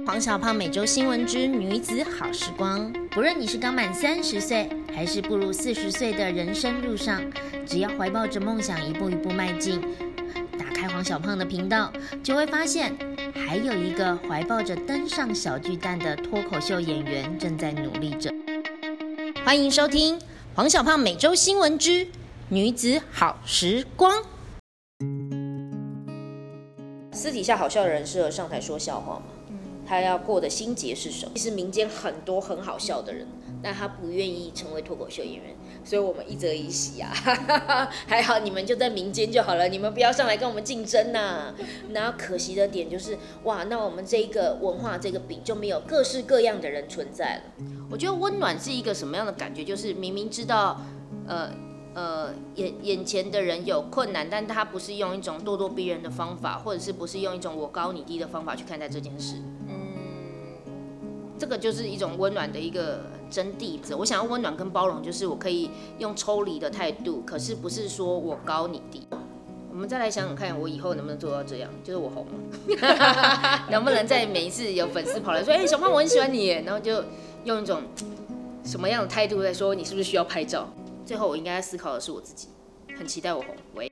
黄小胖每周新闻之女子好时光，不论你是刚满30岁，还是步入40岁的人生路上，只要怀抱着梦想一步一步迈进，打开黄小胖的频道，就会发现还有一个怀抱着登上小巨蛋的脱口秀演员正在努力着。欢迎收听黄小胖每周新闻之女子好时光。私底下好笑的人适合上台说笑话吗？他要过的心结是什么？其实民间很多很好笑的人，但他不愿意成为脱口秀演员，所以我们一则以喜啊，还好你们就在民间就好了，你们不要上来跟我们竞争呐。然后可惜的点就是，哇，那我们这个文化这个饼就没有各式各样的人存在了。我觉得温暖是一个什么样的感觉？就是明明知道，眼前的人有困难，但他不是用一种咄咄逼人的方法，或者是不是用一种我高你低的方法去看待这件事。这个就是一种温暖的一个真谛。我想要温暖跟包容，就是我可以用抽离的态度，可是不是说我高你低。我们再来想想看，我以后能不能做到这样？就是我红了，能不能在每一次有粉丝跑来说，小胖我很喜欢你耶，然后就用一种什么样的态度在说你是不是需要拍照？最后我应该思考的是我自己，很期待我红。喂。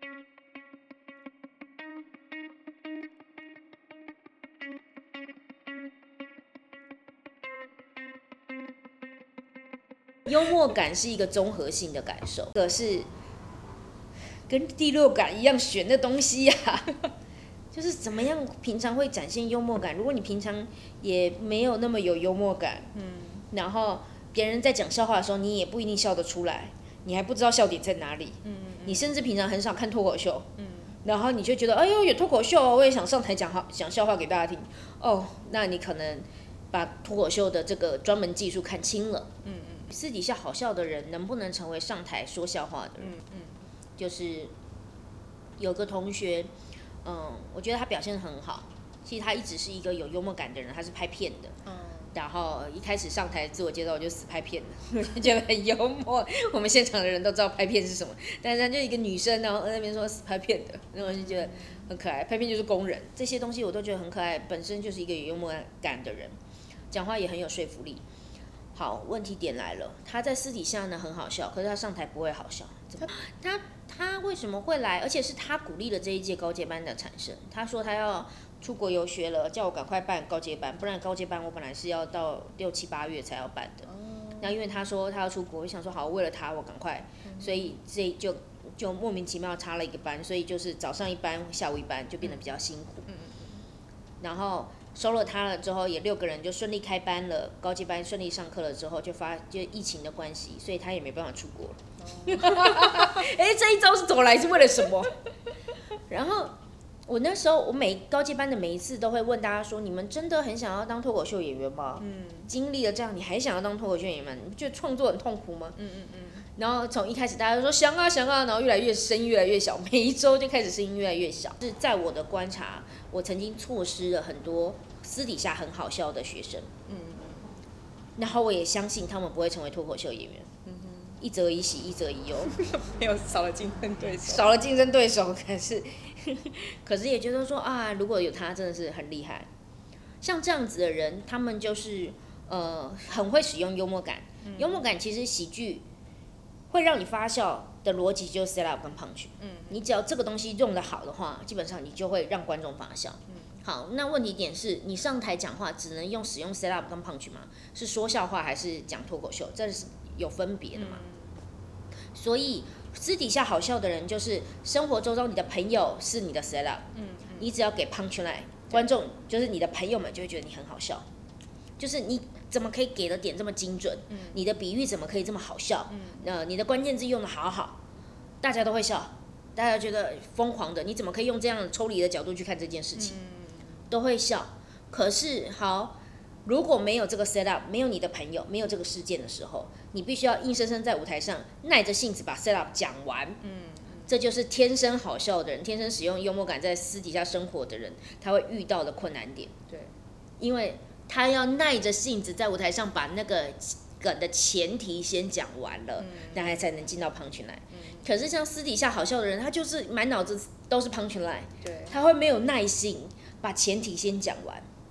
幽默感是一个综合性的感受，这个是跟第六感一样玄的东西啊。就是怎么样平常会展现幽默感。如果你平常也没有那么有幽默感，然后别人在讲笑话的时候，你也不一定笑得出来，你还不知道笑点在哪里，你甚至平常很少看脱口秀，然后你就觉得哎呦有脱口秀哦，我也想上台讲笑话给大家听哦，那你可能把脱口秀的这个专门技术看清了。私底下好笑的人能不能成为上台说笑话的人？就是有个同学，我觉得他表现得很好。其实他一直是一个有幽默感的人，他是拍片的。然后一开始上台自我介绍就死拍片的，就觉得很幽默。我们现场的人都知道拍片是什么，但是他就一个女生，然后在那边说死拍片的，然后我就觉得很可爱。拍片就是工人，这些东西我都觉得很可爱。本身就是一个有幽默感的人，讲话也很有说服力。好，问题点来了，他在私底下呢很好笑，可是他上台不会好笑。他为什么会来？而且是他鼓励了这一届高阶班的产生。他说他要出国游学了，叫我赶快办高阶班，不然高阶班我本来是要到6、7、8月才要办的。那因为他说他要出国，我想说好，为了他我赶快，所以这就莫名其妙插了一个班，所以就是早上一班，下午一班，就变得比较辛苦。然后收了他了之后，也6个人就顺利开班了，高级班顺利上课了之后，就疫情的关系，所以他也没办法出国了。这一招是怎么来？是为了什么？然后我那时候，我高级班的每一次都会问大家说：你们真的很想要当脱口秀演员吗？经历了这样，你还想要当脱口秀演员吗？你不觉得创作很痛苦吗？然后从一开始大家就说想啊想啊，然后越来越声音越来越小，每一周就开始声音越来越小。是在我的观察，我曾经错失了很多私底下很好笑的学生。然后我也相信他们不会成为脱口秀演员。一则以喜，一则以忧。 没有少了竞争对手。 少了竞争对手，可是也觉得说啊，如果有他真的是很厉害。像这样子的人，他们就是很会使用幽默感。幽默感其实喜剧会让你发笑的逻辑就是 set up 跟 punch。你只要这个东西用得好的话，基本上你就会让观众发笑。好，那问题点是你上台讲话只能使用 set up 跟 punch 吗？是说笑话还是讲脱口秀？这是有分别的嘛？所以私底下好笑的人，就是生活周遭你的朋友是你的 set up，你只要给 punch line， 观众就是你的朋友们就会觉得你很好笑。就是你怎么可以给的点这么精准？你的比喻怎么可以这么好笑？你的关键字用的好好，大家都会笑，大家觉得疯狂的，你怎么可以用这样抽离的角度去看这件事情？都会笑。可是好，如果没有这个 set up， 没有你的朋友，没有这个事件的时候，你必须要硬生生在舞台上耐着性子把 set up 讲完。这就是天生好笑的人，天生使用幽默感在私底下生活的人，他会遇到的困难点。 对， 因为他要耐着性子在舞台上把那个梗的前提先讲完了，大家才能进到 punch line。可是像私底下好笑的人，他就是满脑子都是 punch line，他会没有耐心把前提先讲完。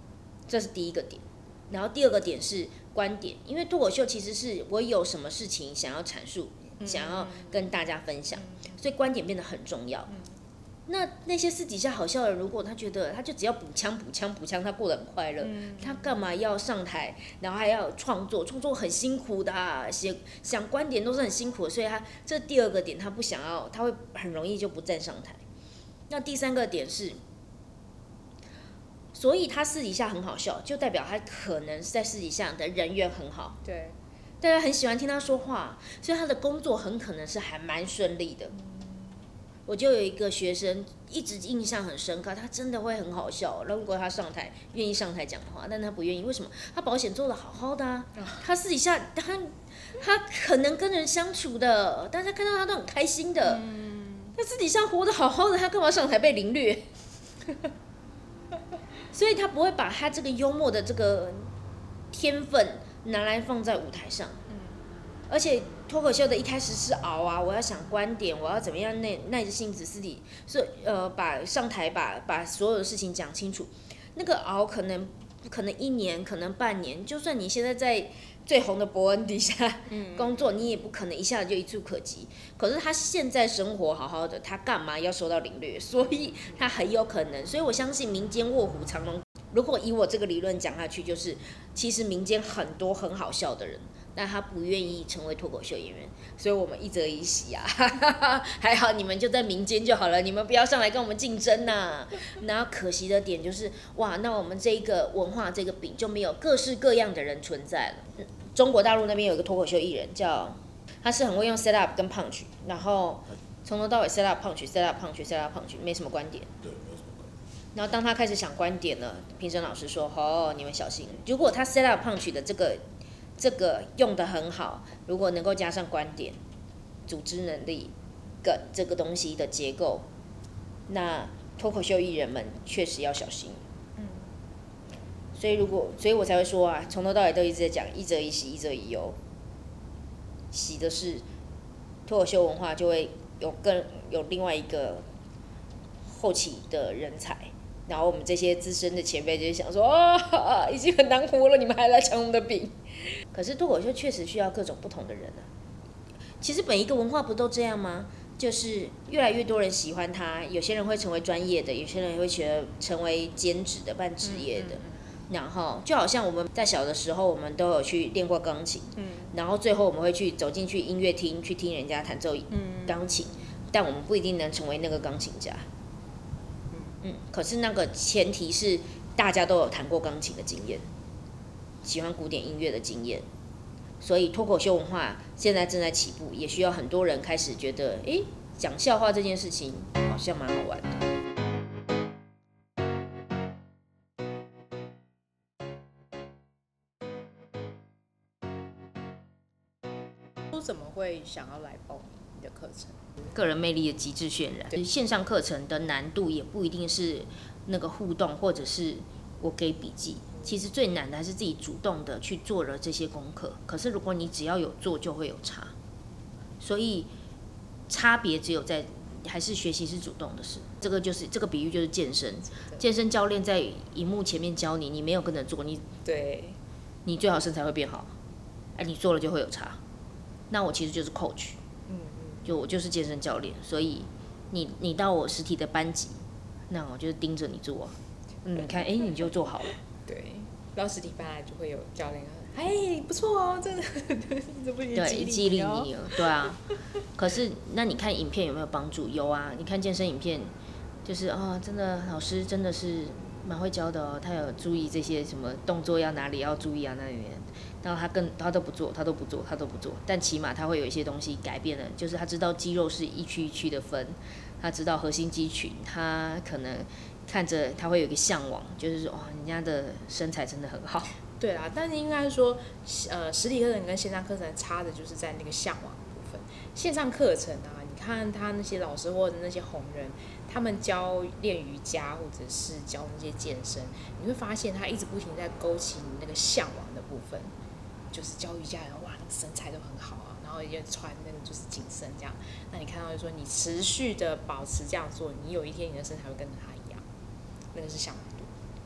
这是第一个点。然后第二个点是观点，因为脱口秀其实是我有什么事情想要阐述，想要跟大家分享，所以观点变得很重要。那些私底下好笑的人，如果他觉得他就只要补枪，他过得很快乐，他干嘛要上台，然后还要创作很辛苦的啊，想观点都是很辛苦的，所以他这第二个点他不想要，他会很容易就不站上台。那第三个点是，所以他私底下很好笑，就代表他可能是在私底下的人缘很好， 对， 大家很喜欢听他说话，所以他的工作很可能是还蛮顺利的。我就有一个学生一直印象很深刻，他真的会很好笑。如果他上台愿意上台讲话，但他不愿意，为什么？他保险做得好好的啊，他私底下他可能跟人相处的，大家看到他都很开心的。他私底下活得好好的，他干嘛上台被凌虐？所以他不会把他这个幽默的这个天分拿来放在舞台上。而且脱口秀的一开始是熬啊，我要想观点，我要怎么样耐着性子把上台把所有的事情讲清楚。那个熬可能1年，可能半年，就算你现在在最红的伯恩底下工作，你也不可能一下子就一触可及。可是他现在生活好好的，他干嘛要受到凌虐？所以他很有可能。所以我相信民间卧虎藏龙。如果以我这个理论讲下去，就是其实民间很多很好笑的人，但他不愿意成为脱口秀演员，所以我们一则以喜啊，还好你们就在民间就好了，你们不要上来跟我们竞争呐。然后可惜的点就是，哇，那我们这个文化这个饼就没有各式各样的人存在了。中国大陆那边有一个脱口秀艺人他是很会用 set up 跟 punch， 然后从头到尾 set up punch， 没什么观点。 对，没有什么观点。 然后当他开始想观点了，评审老师说：“哦，你们小心，如果他 set up punch 的这个用得很好，如果能够加上观点、组织能力、梗这个东西的结构，那脱口秀艺人们确实要小心。”所以我才会说啊，从头到尾都一直在讲一则以喜，一则以忧。喜的是脱口秀文化就会有另外一个后起的人才。然后我们这些资深的前辈就想说，已经很难活了，你们还来抢我们的饼。可是脱口秀确实需要各种不同的人啊。其实每一个文化不都这样吗？就是越来越多人喜欢他，有些人会成为专业的，有些人也会成为兼职的、半职业的。然后就好像我们在小的时候，我们都有去练过钢琴，然后最后我们会走进去音乐厅去听人家弹奏钢琴，但我们不一定能成为那个钢琴家。可是那个前提是大家都有弹过钢琴的经验，喜欢古典音乐的经验，所以脱口秀文化现在正在起步，也需要很多人开始觉得，讲笑话这件事情好像蛮好玩的。 怎么会想要来报名你的课程？ 个人魅力的极致渲染，线上课程的难度也不一定是那个互动，或者是我给笔记。其实最难的还是自己主动的去做了这些功课。可是如果你只要有做，就会有差。所以差别只有在还是学习是主动的事。这个比喻就是健身，健身教练在荧幕前面教你，你没有跟着做，你最好身材会变好，你做了就会有差。那我其实就是 coach，我就是健身教练，所以你到我实体的班级，那我就盯着你做，你看，你就做好了。 对，到实体班来就会有教练，不错哦，真的，这不对，激励你，对啊。可是那你看影片有没有帮助？有啊，你看健身影片，就是真的老师真的是蛮会教的哦，他有注意这些什么动作要哪里要注意啊那里面。然后他都不做，但起码他会有一些东西改变了，就是他知道肌肉是一区一区的分，他知道核心肌群，他可能看着他会有一个向往，就是说人家的身材真的很好。 对啦，但是应该说，实体课程跟线上课程差的就是在那个向往的部分。线上课程啊，你看他那些老师或者那些红人，他们教练瑜伽或者是教那些健身，你会发现他一直不停在勾起你那个向往的部分。就是教瑜伽的人，哇，那个身材都很好啊，然后也穿那个就是紧身这样。那你看到就说你持续的保持这样做，你有一天你的身材会跟着他一样，那个是向往度。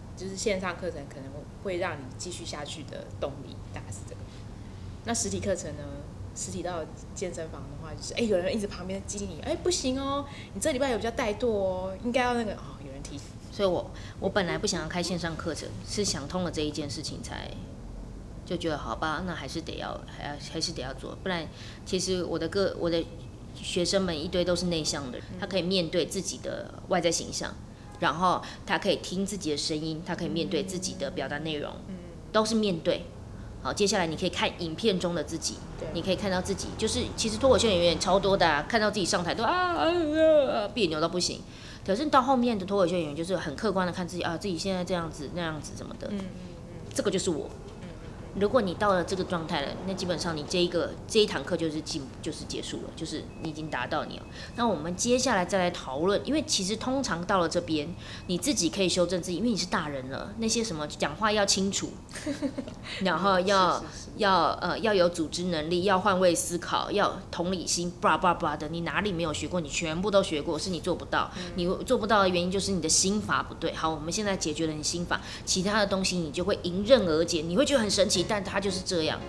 就是线上课程可能会让你继续下去的动力，大概是这个。那实体课程呢？实体到健身房的话，就是有人一直旁边激励你，不行哦，你这礼拜有比较怠惰哦，应该要那个有人提醒。 所以我本来不想要开线上课程，是想通了这一件事情才就觉得好吧，那还是得要做，不然其实我的学生们一堆都是内向的人，他可以面对自己的外在形象，然后他可以听自己的声音，他可以面对自己的表达内容，都是面对。好，接下来你可以看影片中的自己，你可以看到自己，就是其实脱口秀演员超多的啊，看到自己上台都别扭到不行。可是到后面的脱口秀演员就是很客观的看自己自己现在这样子那样子什么的，这个就是我。如果你到了这个状态了，那基本上你这一堂课就是结束了，就是你已经达到你了。那我们接下来再来讨论，因为其实通常到了这边，你自己可以修正自己，因为你是大人了，那些什么讲话要清楚，然后要有组织能力，要换位思考，要同理心，blah 的，你哪里没有学过，你全部都学过，是你做不到。你做不到的原因就是你的心法不对。好，我们现在解决了你心法，其他的东西你就会迎刃而解，你会觉得很神奇。但它就是这样。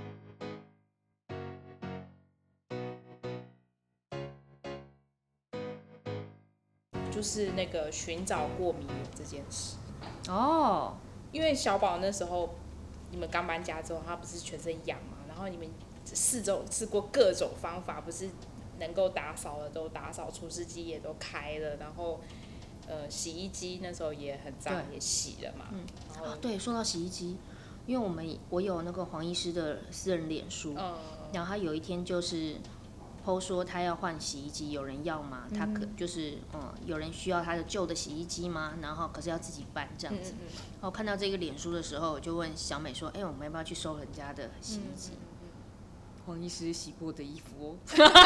就是那个寻找过敏源这件事。 哦， 因为小宝那时候你们刚搬家之后，他不是全身痒嘛，然后你们试过各种方法，不是能够打扫的都打扫，除湿机也都开了，然后洗衣机那时候也很脏，也洗了嘛。 对，说到洗衣机。因为我有那个黄医师的私人脸书，然后他有一天就是po说他要换洗衣机，有人要吗？他就是有人需要他的旧的洗衣机吗？然后可是要自己搬这样子。然后看到这个脸书的时候，我就问小美说：“我们要不要去收人家的洗衣机？”黄医师洗过的衣服哦。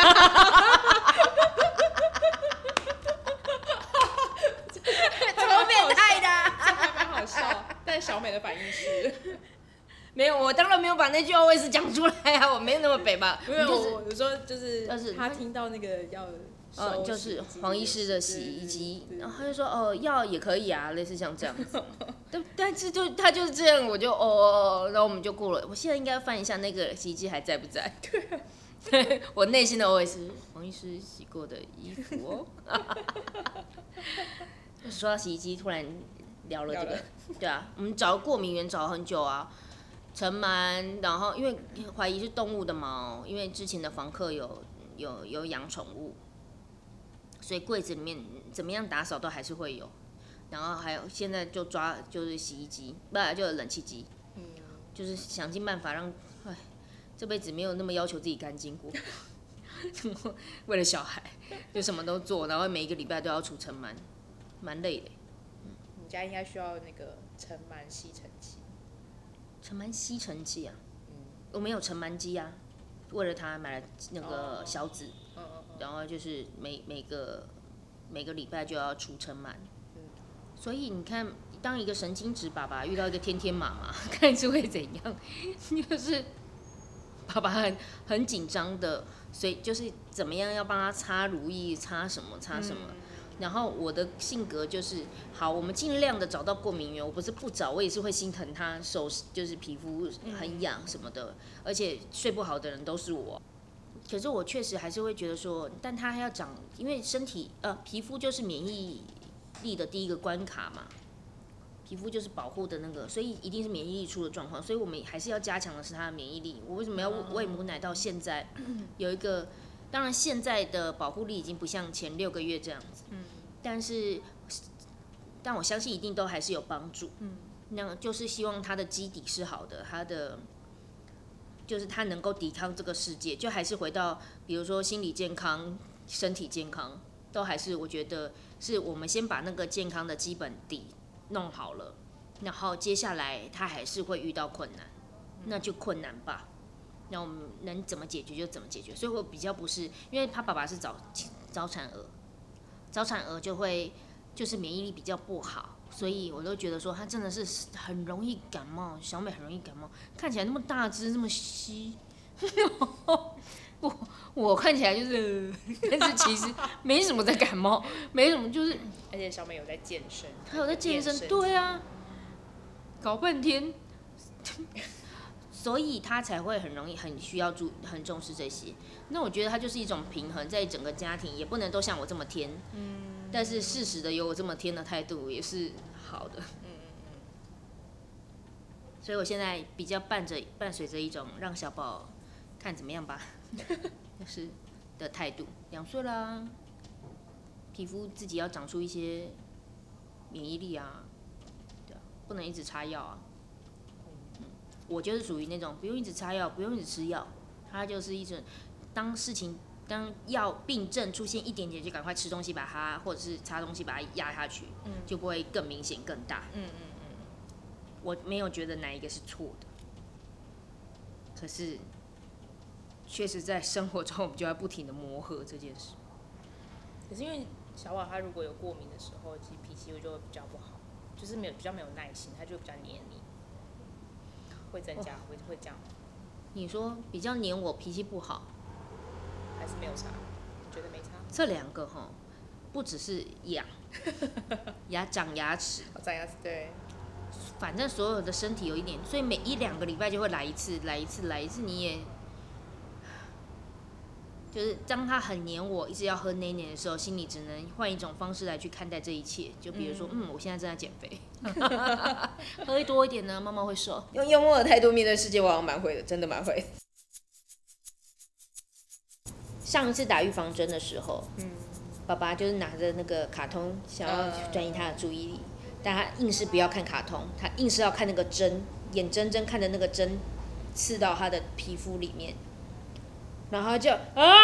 超变态的， 这还蛮好笑。但小美的反应是， 没有，我当然没有把那句话位置讲出来啊，我没有那么北吧。 没有，我说就是他听到那个要收就是黄医师的洗衣机，然后他就说要也可以啊，类似像这样子。但是他就是这样，我就然后我们就过了。我现在应该翻一下那个洗衣机还在不在？对，我内心的 OS 黄医师洗过的衣服哦。说到洗衣机，突然聊了这个，对啊，我们找过敏源找很久啊，尘螨，然后因为怀疑是动物的毛，因为之前的房客有养宠物，所以柜子里面怎么样打扫都还是会有，然后还有现在就是洗衣机，不然就冷气机，就是想尽办法让，这辈子没有那么要求自己干净过，为了小孩就什么都做，然后每一个礼拜都要除尘螨，蛮累的。 你家应该需要那个尘螨吸尘器。 尘螨吸尘器啊？我们有尘螨机啊，为了它买了那个小子，然后就是每个礼拜就要除尘螨。所以你看，当一个神经质爸爸遇到一个天天妈妈，看是会怎样？就是爸爸很紧张的，所以就是怎么样要帮他擦乳液，擦什么。然后我的性格就是，好，我们尽量的找到过敏源。我不是不找，我也是会心疼他手，就是皮肤很痒什么的，而且睡不好的人都是我。可是我确实还是会觉得说，但他还要长，因为皮肤就是免疫力的第一个关卡嘛，皮肤就是保护的那个，所以一定是免疫力出了状况，所以我们还是要加强的是他的免疫力。我为什么要喂母奶到现在有一个？当然，现在的保护力已经不像前6个月这样子，但我相信一定都还是有帮助。那就是希望他的基底是好的，就是他能够抵抗这个世界，就还是回到比如说心理健康、身体健康，都还是我觉得是我们先把那个健康的基本底弄好了，然后接下来他还是会遇到困难，那就困难吧。那我们能怎么解决就怎么解决，所以我比较不是，因为他爸爸是早产儿，早产儿就是免疫力比较不好，所以我都觉得说他真的是很容易感冒，小美很容易感冒，看起来那么大只那么稀，我看起来就是，但是其实没什么在感冒，没什么就是， 而且小美有在健身， 她有在健身，对啊。 搞半天，所以他才会很需要很重视这些。那我觉得他就是一种平衡，在整个家庭也不能都像我这么天，但是适时的有我这么天的态度也是好的。所以我现在比较伴随着一种让小宝看怎么样吧，就是的态度。2岁啦，皮肤自己要长出一些免疫力啊，对啊，不能一直擦药啊。我就是属于那种不用一直擦药，不用一直吃药，他就是一种当药病症出现一点点，就赶快吃东西把它，或者是擦东西把它压下去，就不会更明显更大。我没有觉得哪一个是错的，可是确实在生活中我们就要不停的磨合这件事。 可是因为小宝他如果有过敏的时候，其实脾气就会比较不好，就是比较没有耐心，他就比较黏你，会增加，会这样。 你说比较黏我，脾气不好， 还是没有差？你觉得没差？ 这2个哈，不只是长牙齿， 长牙齿对。 反正所有的身体有一点，所以每1-2个礼拜就会来一次，你也就是当他很黏我，一直要喝奶奶的时候，心里只能换一种方式来去看待这一切。就比如说，我现在正在减肥，喝多一点呢，妈妈会瘦。用幽默的态度面对世界，我好像蛮会的，真的蛮会。上一次打预防针的时候，爸爸就是拿着那个卡通，想要转移他的注意力。但他硬是不要看卡通，他硬是要看那个针，眼睁睁看着那个针刺到他的皮肤里面，然后他就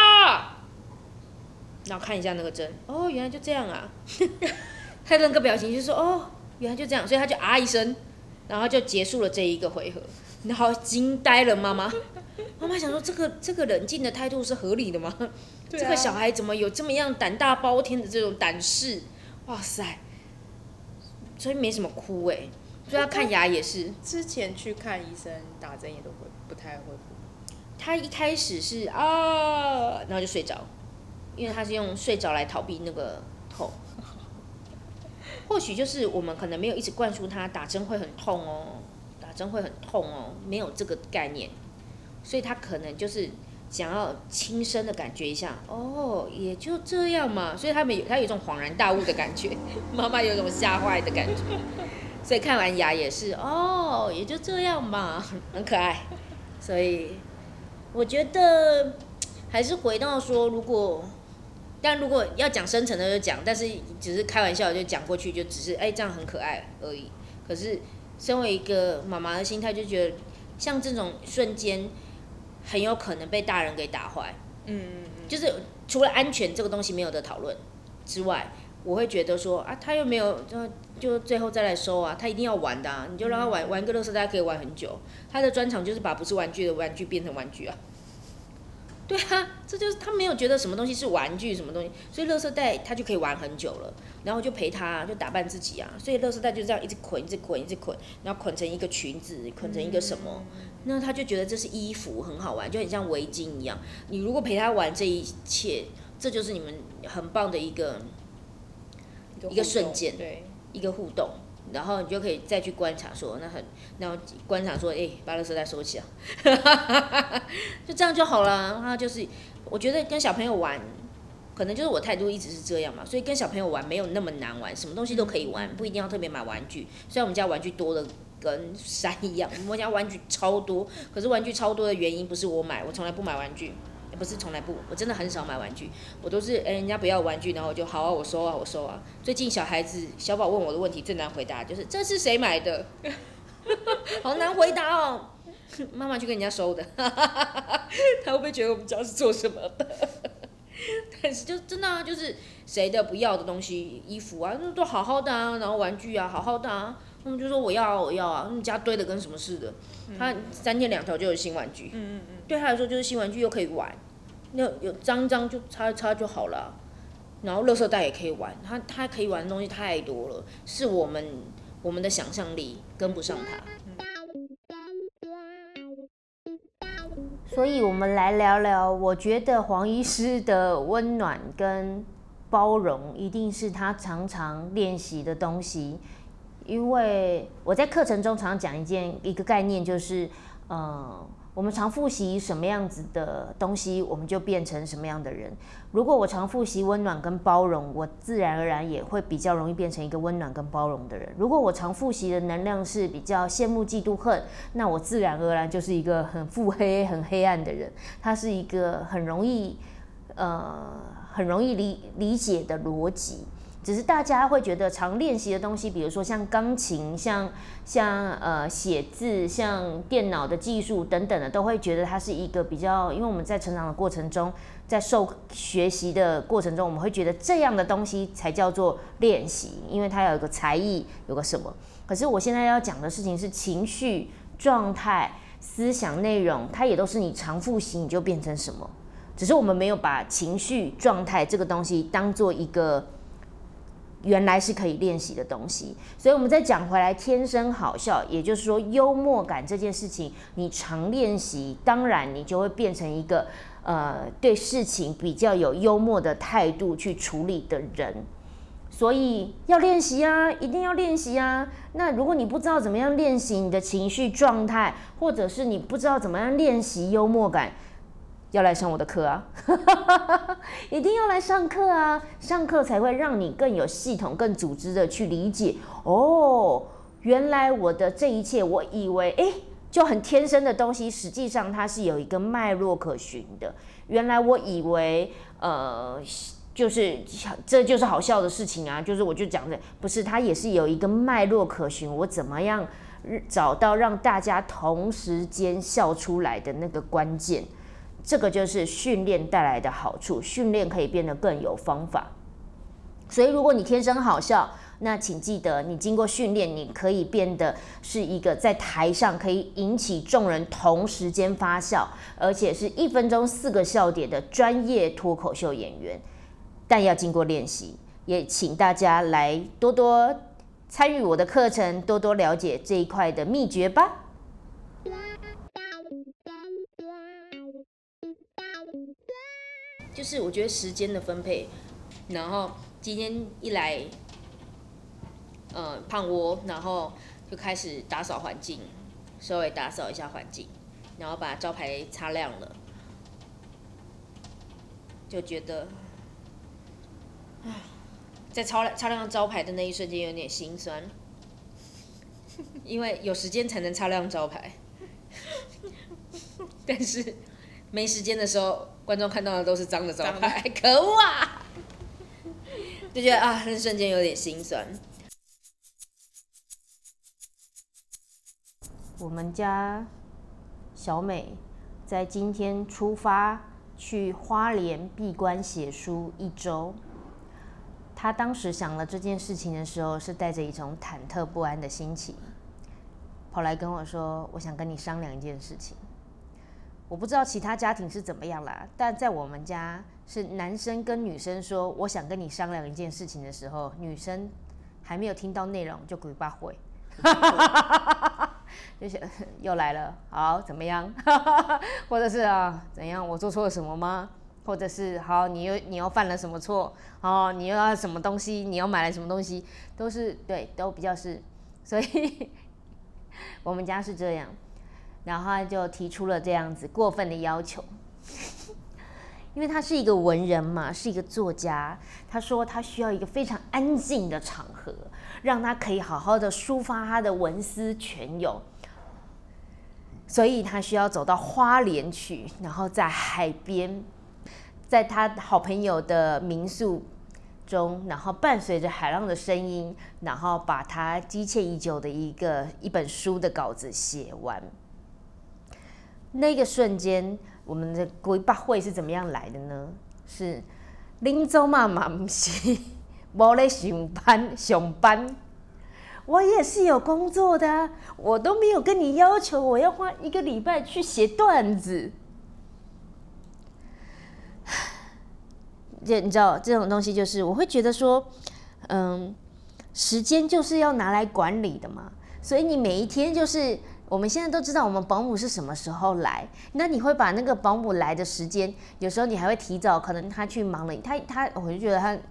然后看一下那个针，原来就这样啊，他的那个表情就说原来就这样，所以他就一声，然后就结束了这一个回合，然后惊呆了妈妈。妈妈想说这个冷静的态度是合理的吗？这个小孩怎么有这么样胆大包天的这种胆识？哇塞！所以没什么哭所以他看牙也是。 之前去看医生打针也都不太会哭。 他一开始是然后就睡着，因为他是用睡着来逃避那个痛。或许就是我们可能没有一直灌输他打针会很痛没有这个概念，所以他可能就是想要亲身的感觉一下，也就这样嘛，所以他有一种恍然大悟的感觉，妈妈有一种吓坏的感觉，所以看完牙也是也就这样嘛，很可爱。所以我觉得还是回到说，如果要讲深层的就讲，但是只是开玩笑就讲过去，就只是这样很可爱而已。可是身为一个妈妈的心态，就觉得像这种瞬间很有可能被大人给打坏。就是除了安全这个东西没有得讨论之外，我会觉得说他又没有就最后再来收啊，他一定要玩的你就让他玩个垃圾袋可以玩很久。他的专长就是把不是玩具的玩具变成玩具啊。对啊，这就是他没有觉得什么东西是玩具，什么东西，所以垃圾袋他就可以玩很久了。然后就陪他，就打扮自己啊。所以垃圾袋就这样一直捆，然后捆成一个裙子，捆成一个什么，那他就觉得这是衣服，很好玩，就很像围巾一样。你如果陪他玩这一切，这就是你们很棒的一个瞬间，一个互动。然后你就可以再去观察说，然后观察说，把垃圾袋收起来，就这样就好了。然后就是我觉得跟小朋友玩，可能就是我态度一直是这样嘛，所以跟小朋友玩没有那么难玩，什么东西都可以玩，不一定要特别买玩具。虽然我们家玩具多的跟山一样，我们家玩具超多，可是玩具超多的原因不是我买，我从来不买玩具。不是从来不，我真的很少买玩具，我都是人家不要玩具，然后我就好我收啊。最近小宝问我的问题最难回答就是这是谁买的，好难回答哦。妈妈去跟人家收的，他会不会觉得我们家是做什么的？但是就真的就是谁的不要的东西，衣服啊，那都好好的然后玩具啊，好好的他们就说我要啊，他们家堆的跟什么似的。他3天2头就有新玩具，对他来说就是新玩具又可以玩。那有脏就擦一擦就好了，然后垃圾袋也可以玩，他可以玩的东西太多了，是我们的想象力跟不上他。所以我们来聊聊，我觉得黄医师的温暖跟包容，一定是他常常练习的东西。 因为我在课程中常讲一个概念，就是我们常复习什么样子的东西，我们就变成什么样的人。如果我常复习温暖跟包容，我自然而然也会比较容易变成一个温暖跟包容的人。如果我常复习的能量是比较羡慕嫉妒恨，那我自然而然就是一个很腹黑很黑暗的人。它是一个很容易理解的逻辑。只是大家会觉得常练习的东西，比如说像钢琴、像写字、像电脑的技术等等的，都会觉得它是一个比较，因为我们在成长的过程中，在学习的过程中，我们会觉得这样的东西才叫做练习，因为它有一个才艺，有个什么。可是我现在要讲的事情是情绪状态、思想内容，它也都是你常复习你就变成什么，只是我们没有把情绪状态这个东西当做一个原来是可以练习的东西。所以我们再讲回来，天生好笑，也就是说幽默感这件事情，你常练习，当然你就会变成一个对事情比较有幽默的态度去处理的人。所以要练习啊，一定要练习啊。那如果你不知道怎么样练习你的情绪状态，或者是你不知道怎么样练习幽默感，要来上我的课啊一定要来上课啊，上课才会让你更有系统更组织的去理解。原来我的这一切，我以为就很天生的东西，实际上它是有一个脉络可循的。原来我以为这就是好笑的事情啊，就是我就讲的不是，它也是有一个脉络可循，我怎么样找到让大家同时间笑出来的那个关键。这个就是训练带来的好处，训练可以变得更有方法。所以如果你天生好笑，那请记得你经过训练，你可以变得是一个在台上可以引起众人同时间发笑，而且是1分钟4个笑点的专业脱口秀演员。但要经过练习，也请大家来多多参与我的课程，多多了解这一块的秘诀吧。就是我觉得时间的分配，然后今天一来，胖窝，然后就开始打扫环境，稍微打扫一下环境，然后把招牌擦亮了，就觉得，在擦亮招牌的那一瞬间有点心酸，因为有时间才能擦亮招牌，但是没时间的时候，观众看到的都是脏的招牌，可恶啊！就觉得那瞬间有点心酸。我们家小美在今天出发去花莲闭关写书1周。她当时想了这件事情的时候，是带着一种忐忑不安的心情，跑来跟我说：“我想跟你商量一件事情。”我不知道其他家庭是怎么样啦，但在我们家是男生跟女生说我想跟你商量一件事情的时候，女生还没有听到内容就鬼巴会，就是又来了，好怎么样？或者是怎样？我做错了什么吗？或者是好你又犯了什么错？你又要什么东西？你又买了什么东西？都是对，都比较是，所以我们家是这样。然后他就提出了这样子过分的要求，因为他是一个文人嘛，是一个作家。他说他需要一个非常安静的场合，让他可以好好的抒发他的文思泉涌。所以他需要走到花莲去，然后在海边，在他好朋友的民宿中，然后伴随着海浪的声音，然后把他积欠已久的一本书的稿子写完。那个瞬间，我们的规划会是怎么样来的呢？是恁祖妈妈不是没在上班，我也是有工作的啊，我都没有跟你要求我要花1个礼拜去写段子。你知道这种东西，就是我会觉得说，时间就是要拿来管理的嘛，所以你每一天就是。我们现在都知道我们保姆是什么时候来，那你会把那个保姆来的时间，有时候你还会提早，可能他去忙了，我就觉得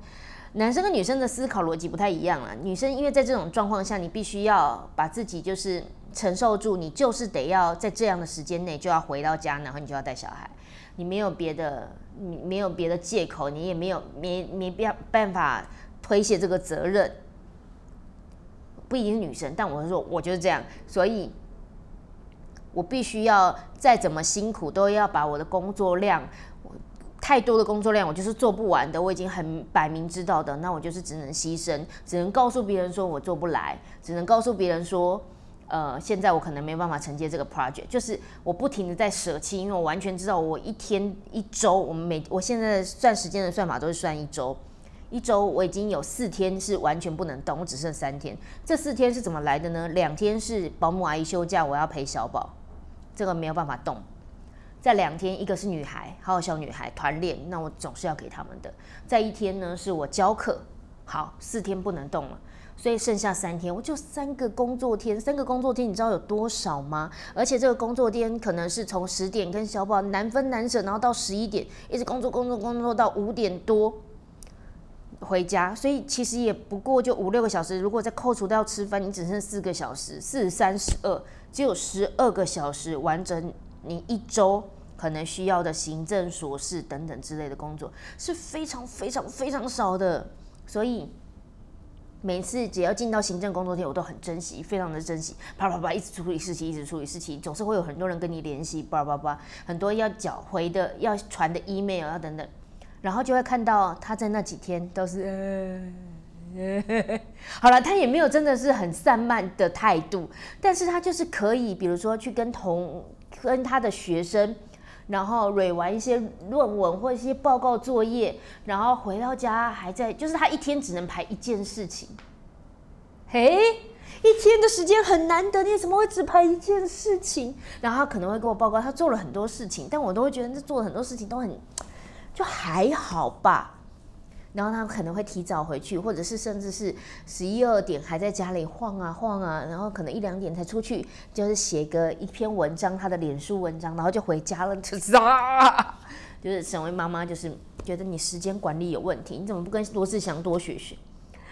男生跟女生的思考逻辑不太一样啦。女生因为在这种状况下，你必须要把自己就是承受住，你就是得要在这样的时间内就要回到家，然后你就要带小孩，你没有别的借口，你也没办法推卸这个责任。不一定是女生，但我说我就是这样，所以我必须要再怎么辛苦，都要把我的工作量。太多的工作量我就是做不完的，我已经很摆明知道的，那我就是只能牺牲，只能告诉别人说我做不来，只能告诉别人说现在我可能没办法承接这个 project， 就是我不停的在舍弃，因为我完全知道我一天一周，我现在算时间的算法都是算一周，我已经有4天是完全不能动，我只剩3天，这4天是怎么来的呢？2天是保姆阿姨休假，我要陪小宝，这个没有办法动。在2天，一个是女孩，还有小女孩团练，那我总是要给他们的。在1天呢，是我教课，好，4天不能动了，所以剩下3天，我就3个工作天，3个工作天，你知道有多少吗？而且这个工作天可能是从10点跟小宝难分难舍，然后到11点，一直工作到5点多回家，所以其实也不过就5、6个小时。如果再扣除掉吃饭，你只剩4个小时，4、3、12，只有12个小时完整你1周可能需要的行政琐事等等之类的工作，是非常非常非常少的。所以每次只要进到行政工作天，我都很珍惜，非常的珍惜，啪啪啪一直处理事情，总是会有很多人跟你联系，啪啪啪，很多要缴回的、要传的 email 啊等等，然后就会看到他在那几天都是好了，他也没有真的是很散漫的态度，但是他就是可以，比如说去跟他的学生，然后蕊完一些论文或一些报告作业，然后回到家还在，就是他一天只能排1件事情。嘿，一天的时间很难得，你怎么会只排1件事情？然后他可能会跟我报告他做了很多事情，但我都会觉得这做了很多事情都很就还好吧。然后他可能会提早回去，或者是甚至是11、12点还在家里晃啊晃啊，然后可能1、2点才出去，就是写一篇文章，他的脸书文章，然后就回家了，就是沈薇妈妈就是觉得你时间管理有问题，你怎么不跟罗志祥多学学？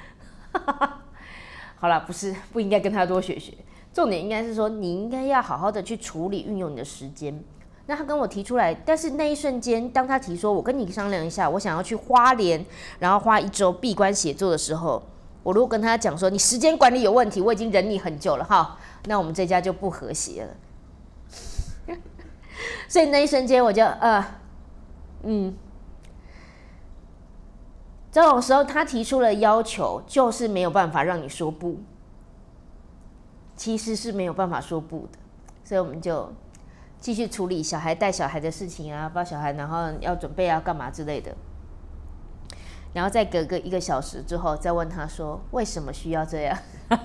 好啦，不应该跟他多学学，重点应该是说你应该要好好的去处理运用你的时间。那他跟我提出来，但是那一瞬间，当他提说我跟你商量一下，我想要去花莲，然后花1周闭关写作的时候，我如果跟他讲说你时间管理有问题，我已经忍你很久了哈，那我们这家就不和谐了。所以那一瞬间我就这种时候他提出了要求，就是没有办法让你说不，其实是没有办法说不的，所以我们就继续处理带小孩的事情啊，抱小孩，然后要准备要干嘛之类的，然后再隔个1个小时之后，再问他说为什么需要这样。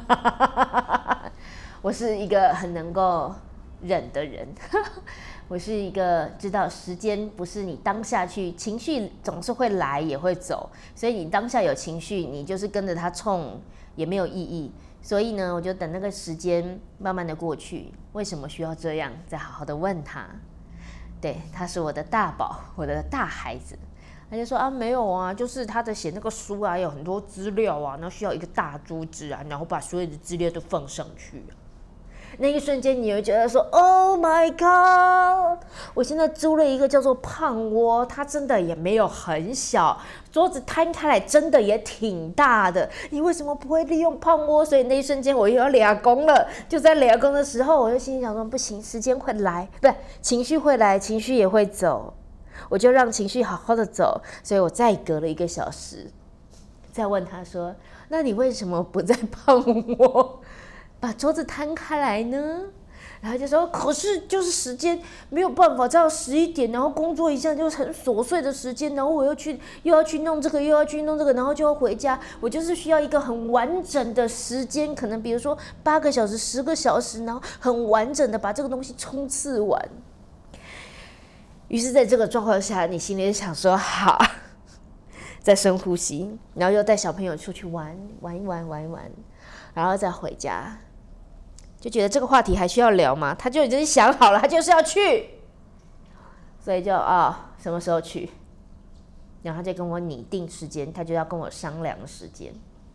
我是一个很能够忍的人，我是一个知道时间不是你当下去，情绪总是会来也会走，所以你当下有情绪，你就是跟着他冲也没有意义。所以呢，我就等那个时间慢慢的过去，为什么需要这样，再好好的问他。对，他是我的大宝，我的大孩子。他就说啊，没有啊，就是他的写那个书啊，有很多资料啊，然后需要一个大桌子啊，然后把所有的资料都放上去啊。那一瞬间，你会觉得说 ，Oh my God！ 我现在租了一个叫做胖窝，它真的也没有很小，桌子摊开来真的也挺大的。你为什么不会利用胖窝？所以那一瞬间我又要俩工了。就在俩工的时候，我就心里想说，不行，时间会来，不是情绪会来，情绪也会走，我就让情绪好好的走。所以我再隔了1个小时，再问他说，那你为什么不在胖窝把桌子摊开来呢？然后就说，可是就是时间没有办法，到11点，然后工作一下就是很琐碎的时间，然后我又要去弄这个，又要去弄这个，然后就要回家，我就是需要一个很完整的时间，可能比如说8个小时、10个小时，然后很完整的把这个东西冲刺完。于是在这个状况下，你心里想说好，再深呼吸，然后又带小朋友出去玩一玩，然后再回家。就觉得这个话题还需要聊吗？他就已经想好了，他就是要去，所以就什么时候去？ 然后他就跟我拟定时间，他就要跟我商量时间。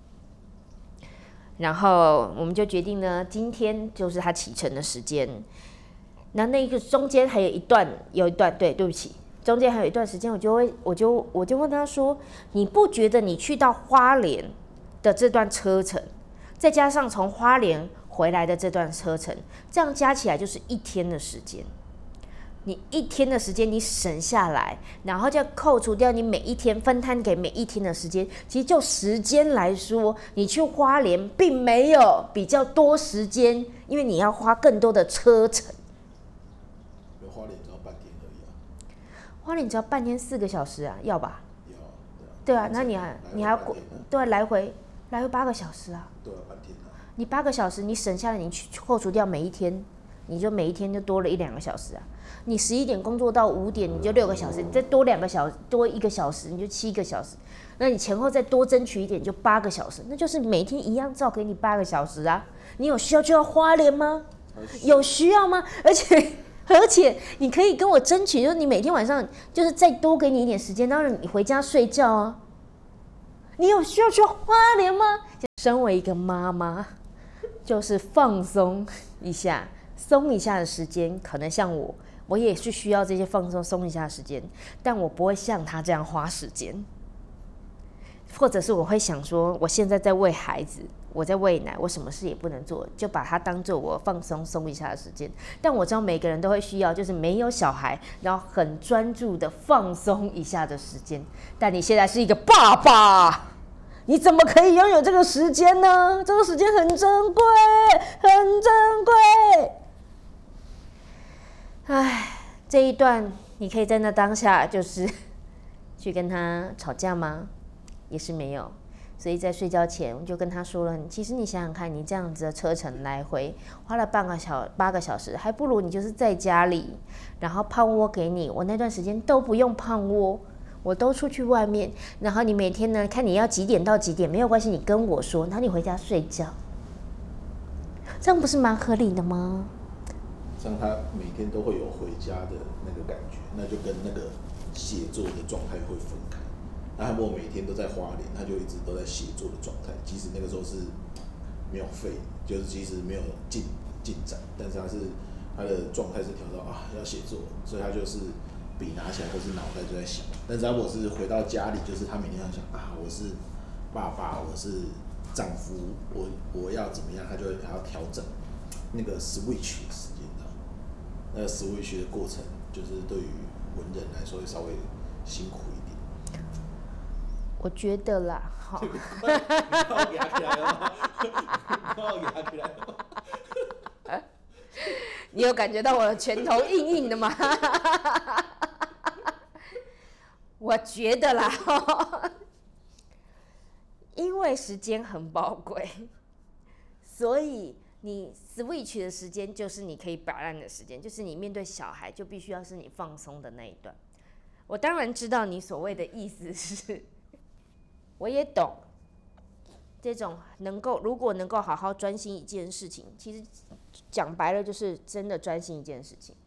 然后我们就决定呢，今天就是他启程的时间。那个中间还有一段，对不起，中间还有一段时间，我就问他说，你不觉得你去到花莲的这段车程，再加上从花莲回来的这段车程，这样加起来就是1天的时间。你1天的时间你省下来，然后再扣除掉你每一天分摊给每一天的时间，其实就时间来说，你去花莲并没有比较多时间，因为你要花更多的车程。 花莲只要半天而已啊。 花莲只要半天4个小时啊，要吧？ 要， 对啊，那你还过，对啊，来回8个小时啊。 对啊，半天啊。你 8个小时，你省下来，你去扣除掉每一天，你就每一天就多了1-2个小时啊。你11点工作到5点，你就6个小时，你再多1个小时，你就7个小时。那你前后再多争取一点，就8个小时，那就是每天一样照给你8个小时啊。你有需要就要花莲吗？有需要吗？而且你可以跟我争取，就是你每天晚上就是再多给你一点时间，当然你回家睡觉啊。你有需要去花莲吗？身为一个妈妈，就是放松一下、松一下的时间，可能像我也是需要这些放松、松一下的时间，但我不会像他这样花时间，或者是我会想说，我现在在喂孩子。我在喂奶，我什么事也不能做，就把它当做我放松松一下的时间。但我知道每个人都会需要，就是没有小孩，然后很专注的放松一下的时间。但你现在是一个爸爸，你怎么可以拥有这个时间呢？这个时间很珍贵，很珍贵。唉，这一段你可以在那当下就是去跟他吵架吗？也是没有。所以在睡觉前我就跟他说了，其实你想想看，你这样子的车程来回花了8个小时，还不如你就是在家里，然后泡窝给你，我那段时间都不用泡窝，我都出去外面，然后你每天呢，看你要几点到几点没有关系，你跟我说，然后你回家睡觉，这样不是蛮合理的吗？ 像他每天都会有回家的那个感觉，那就跟那个写作的状态会分开。那他如果每天都在花莲，他就一直都在写作的状态，即使那个时候是没有废，就是即使没有进展，但是他的状态是调到要写作，所以他就是笔拿起来或是脑袋就在想。但是他如果是回到家里，就是他每天要想我是爸爸，我是丈夫，我要怎么样，他就还要调整那个 switch 的时间的。那个 switch 的过程，就是对于文人来说会稍微辛苦一点。 我觉得啦，好。 你把我压起来了吗？你把我压起来了吗？ 你有感觉到我的拳头硬硬的吗？我觉得啦，因为时间很宝贵，所以你 switch 的时间就是你可以摆烂的时间，就是你面对小孩就必须要是你放松的那一段。我当然知道你所谓的意思是。我也懂，这种如果能够好好专心一件事情，其实讲白了就是真的专心一件事情。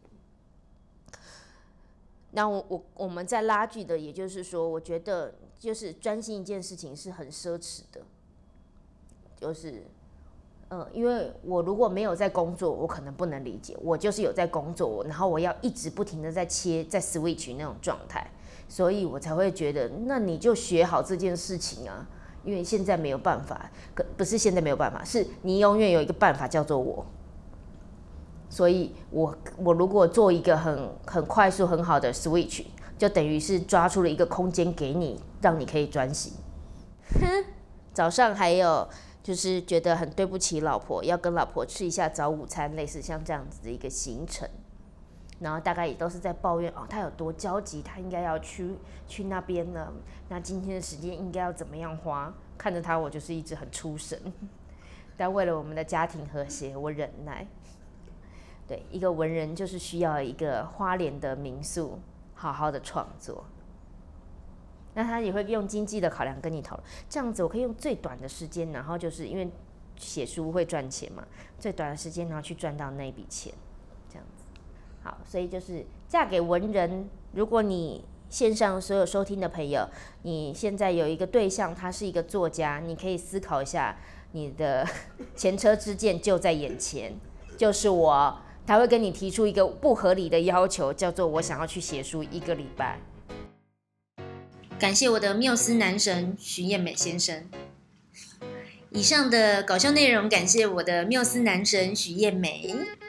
那我们在拉锯的，也就是说，我觉得就是专心一件事情是很奢侈的，就是因为我如果没有在工作，我可能不能理解，我就是有在工作，然后我要一直不停的在切在 switch 那种状态。所以我才会觉得，那你就学好这件事情啊，因为现在没有办法，不是现在没有办法，是你永远有一个办法叫做我。所以我如果做一个很快速很好的 switch， 就等于是抓出了一个空间给你，让你可以专心。早上还有就是觉得很对不起老婆，要跟老婆吃一下早午餐，类似像这样子的一个行程。然后大概也都是在抱怨他有多焦急，他应该要去那边了，那今天的时间应该要怎么样花？看着他，我就是一直很出神，但为了我们的家庭和谐，我忍耐。对，一个文人就是需要一个花莲的民宿，好好的创作。那他也会用经济的考量跟你讨论，这样子我可以用最短的时间，然后就是因为写书会赚钱嘛，最短的时间然后去赚到那笔钱，这样子。好，所以就是嫁给文人，如果你线上所有收听的朋友，你现在有一个对象，他是一个作家，你可以思考一下，你的前车之鉴就在眼前，就是我。他会跟你提出一个不合理的要求，叫做我想要去写书1个礼拜。感谢我的缪斯男神徐燕美先生。以上的搞笑内容感谢我的缪斯男神许燕美。